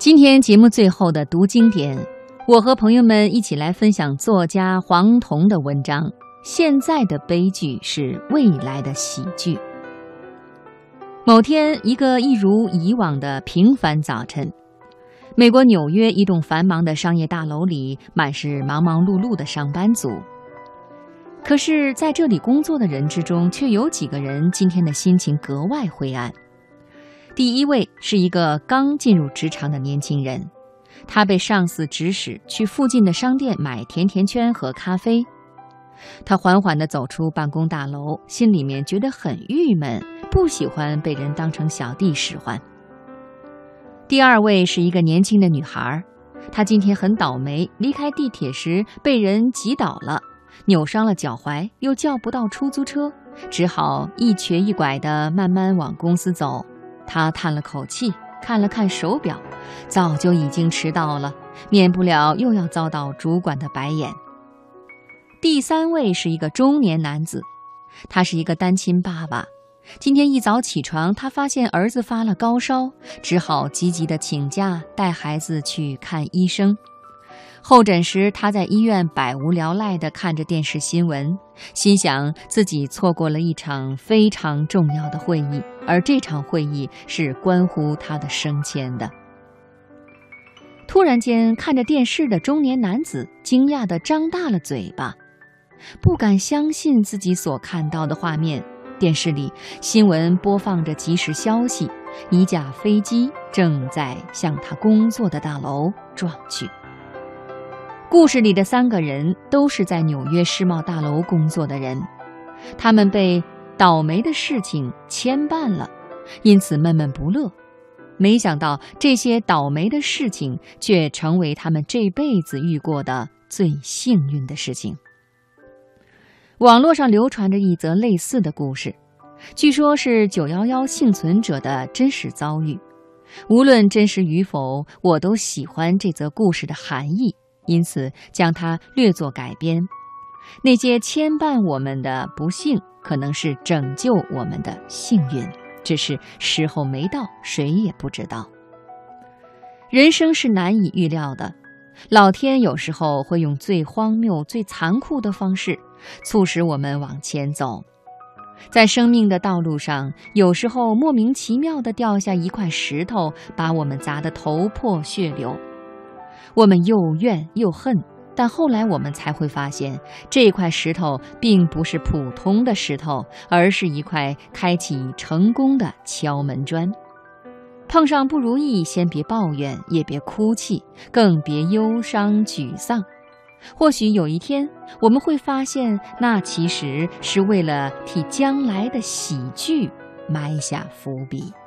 今天节目最后的读经典，我和朋友们一起来分享作家黄彤的文章《现在的悲剧是未来的喜剧》。某天，一个一如以往的平凡早晨，美国纽约一栋繁忙的商业大楼里满是忙忙碌碌的上班族。可是在这里工作的人之中，却有几个人今天的心情格外灰暗。第一位是一个刚进入职场的年轻人，他被上司指使去附近的商店买甜甜圈和咖啡。他缓缓地走出办公大楼，心里面觉得很郁闷，不喜欢被人当成小弟使唤。第二位是一个年轻的女孩，她今天很倒霉，离开地铁时被人挤倒了，扭伤了脚踝，又叫不到出租车，只好一瘸一拐地慢慢往公司走。她叹了口气，看了看手表，早就已经迟到了，免不了又要遭到主管的白眼。第三位是一个中年男子，他是一个单亲爸爸。今天一早起床，他发现儿子发了高烧，只好急急地请假带孩子去看医生。候诊时，他在医院百无聊赖地看着电视新闻，心想自己错过了一场非常重要的会议，而这场会议是关乎他的升迁的。突然间，看着电视的中年男子惊讶地张大了嘴巴，不敢相信自己所看到的画面。电视里新闻播放着即时消息，一架飞机正在向他工作的大楼撞去。故事里的三个人都是在纽约世贸大楼工作的人，他们被倒霉的事情牵绊了，因此闷闷不乐。没想到这些倒霉的事情却成为他们这辈子遇过的最幸运的事情。网络上流传着一则类似的故事，据说是911幸存者的真实遭遇。无论真实与否，我都喜欢这则故事的含义，因此将它略作改编。那些牵绊我们的不幸，可能是拯救我们的幸运，只是时候没到，谁也不知道。人生是难以预料的，老天有时候会用最荒谬、最残酷的方式促使我们往前走。在生命的道路上，有时候莫名其妙地掉下一块石头，把我们砸得头破血流。我们又怨又恨，但后来我们才会发现，这块石头并不是普通的石头，而是一块开启成功的敲门砖。碰上不如意，先别抱怨，也别哭泣，更别忧伤沮丧。或许有一天，我们会发现，那其实是为了替将来的喜剧埋下伏笔。